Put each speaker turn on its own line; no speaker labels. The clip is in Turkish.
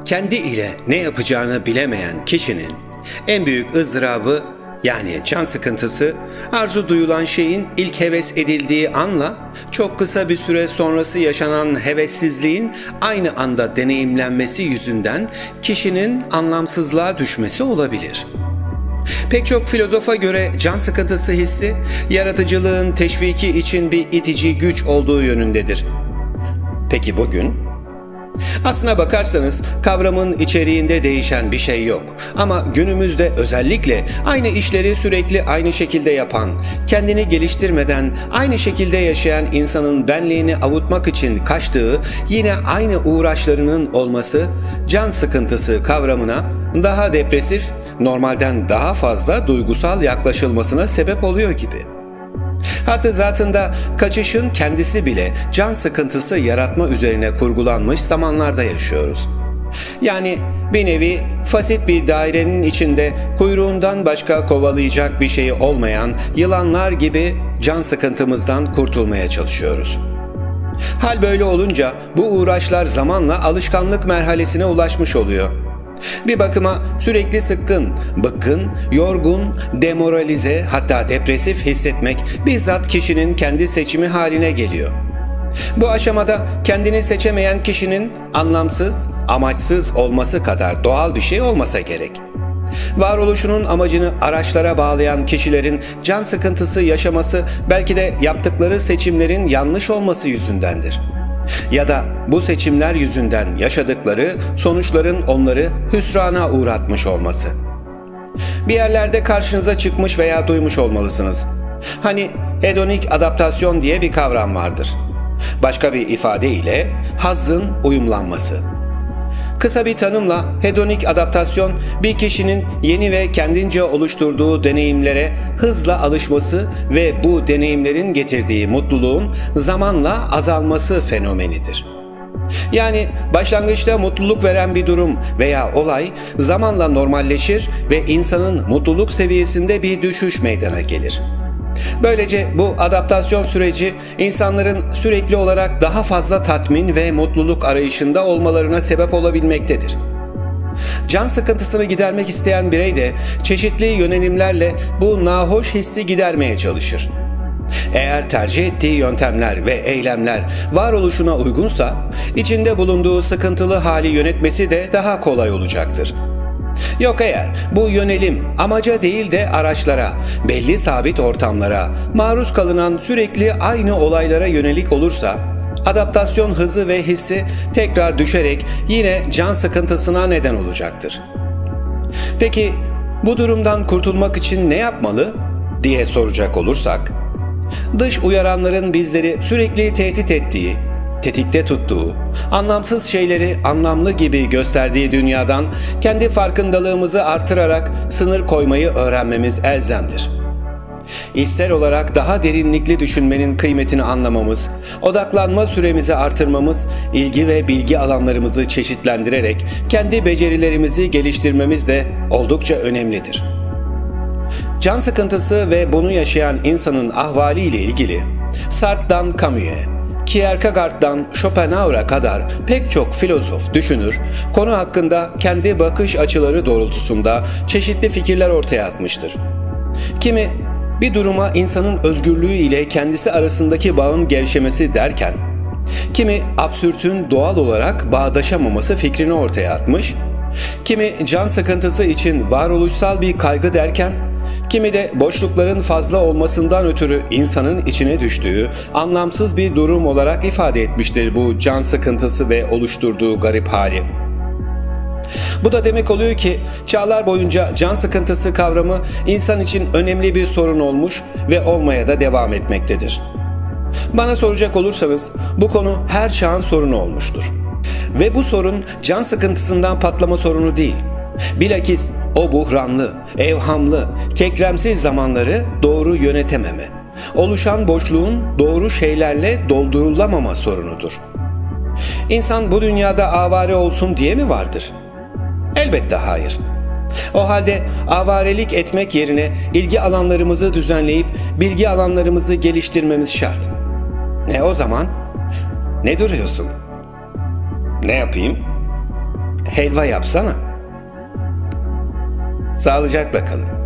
Kendi ile ne yapacağını bilemeyen kişinin en büyük ızdırabı, yani can sıkıntısı, arzu duyulan şeyin ilk heves edildiği anla çok kısa bir süre sonrası yaşanan hevessizliğin aynı anda deneyimlenmesi yüzünden kişinin anlamsızlığa düşmesi olabilir. Pek çok filozofa göre can sıkıntısı hissi, yaratıcılığın teşviki için bir itici güç olduğu yönündedir. Peki bugün? Aslına bakarsanız kavramın içeriğinde değişen bir şey yok. Ama günümüzde özellikle aynı işleri sürekli aynı şekilde yapan, kendini geliştirmeden aynı şekilde yaşayan insanın benliğini avutmak için kaçtığı yine aynı uğraşlarının olması can sıkıntısı kavramına daha depresif, normalden daha fazla duygusal yaklaşılmasına sebep oluyor gibi. Hatta zatında kaçışın kendisi bile can sıkıntısı yaratma üzerine kurgulanmış zamanlarda yaşıyoruz. Yani bir nevi fasit bir dairenin içinde kuyruğundan başka kovalayacak bir şey olmayan yılanlar gibi can sıkıntımızdan kurtulmaya çalışıyoruz. Hal böyle olunca bu uğraşlar zamanla alışkanlık merhalesine ulaşmış oluyor. Bir bakıma sürekli sıkkın, bıkkın, yorgun, demoralize, hatta depresif hissetmek bizzat kişinin kendi seçimi haline geliyor. Bu aşamada kendini seçemeyen kişinin anlamsız, amaçsız olması kadar doğal bir şey olmasa gerek. Varoluşunun amacını araçlara bağlayan kişilerin can sıkıntısı yaşaması belki de yaptıkları seçimlerin yanlış olması yüzündendir. Ya da bu seçimler yüzünden yaşadıkları sonuçların onları hüsrana uğratmış olması. Bir yerlerde karşınıza çıkmış veya duymuş olmalısınız. Hani hedonik adaptasyon diye bir kavram vardır. Başka bir ifadeyle hazzın uyumlanması. Kısa bir tanımla hedonik adaptasyon bir kişinin yeni ve kendince oluşturduğu deneyimlere hızla alışması ve bu deneyimlerin getirdiği mutluluğun zamanla azalması fenomenidir. Yani başlangıçta mutluluk veren bir durum veya olay zamanla normalleşir ve insanın mutluluk seviyesinde bir düşüş meydana gelir. Böylece bu adaptasyon süreci insanların sürekli olarak daha fazla tatmin ve mutluluk arayışında olmalarına sebep olabilmektedir. Can sıkıntısını gidermek isteyen birey de çeşitli yönelimlerle bu nahoş hissi gidermeye çalışır. Eğer tercih ettiği yöntemler ve eylemler varoluşuna uygunsa, içinde bulunduğu sıkıntılı hali yönetmesi de daha kolay olacaktır. Yok eğer bu yönelim amaca değil de araçlara, belli sabit ortamlara, maruz kalınan sürekli aynı olaylara yönelik olursa, adaptasyon hızı ve hissi tekrar düşerek yine can sıkıntısına neden olacaktır. Peki bu durumdan kurtulmak için ne yapmalı diye soracak olursak, dış uyaranların bizleri sürekli tehdit ettiği, tetikte tuttuğu, anlamsız şeyleri anlamlı gibi gösterdiği dünyadan kendi farkındalığımızı artırarak sınır koymayı öğrenmemiz elzemdir. İster olarak daha derinlikli düşünmenin kıymetini anlamamız, odaklanma süremizi artırmamız, ilgi ve bilgi alanlarımızı çeşitlendirerek kendi becerilerimizi geliştirmemiz de oldukça önemlidir. Can sıkıntısı ve bunu yaşayan insanın ahvaliyle ilgili Sartre'dan Camus'e, Kierkegaard'dan Schopenhauer'a kadar pek çok filozof, düşünür, konu hakkında kendi bakış açıları doğrultusunda çeşitli fikirler ortaya atmıştır. Kimi bir duruma insanın özgürlüğü ile kendisi arasındaki bağın gevşemesi derken, kimi absürtün doğal olarak bağdaşamaması fikrini ortaya atmış, kimi can sıkıntısı için varoluşsal bir kaygı derken, kimi de boşlukların fazla olmasından ötürü insanın içine düştüğü anlamsız bir durum olarak ifade etmiştir bu can sıkıntısı ve oluşturduğu garip hali. Bu da demek oluyor ki çağlar boyunca can sıkıntısı kavramı insan için önemli bir sorun olmuş ve olmaya da devam etmektedir. Bana soracak olursanız bu konu her çağın sorunu olmuştur. Ve bu sorun can sıkıntısından patlama sorunu değil. Bilakis o buhranlı, evhamlı, kekremsiz zamanları doğru yönetememe, oluşan boşluğun doğru şeylerle doldurulamama sorunudur. İnsan bu dünyada avare olsun diye mi vardır? Elbette hayır. O halde avarelik etmek yerine ilgi alanlarımızı düzenleyip bilgi alanlarımızı geliştirmemiz şart. Ne o zaman? Ne duruyorsun? Ne yapayım? helva yapsana. Sağlıcakla kalın.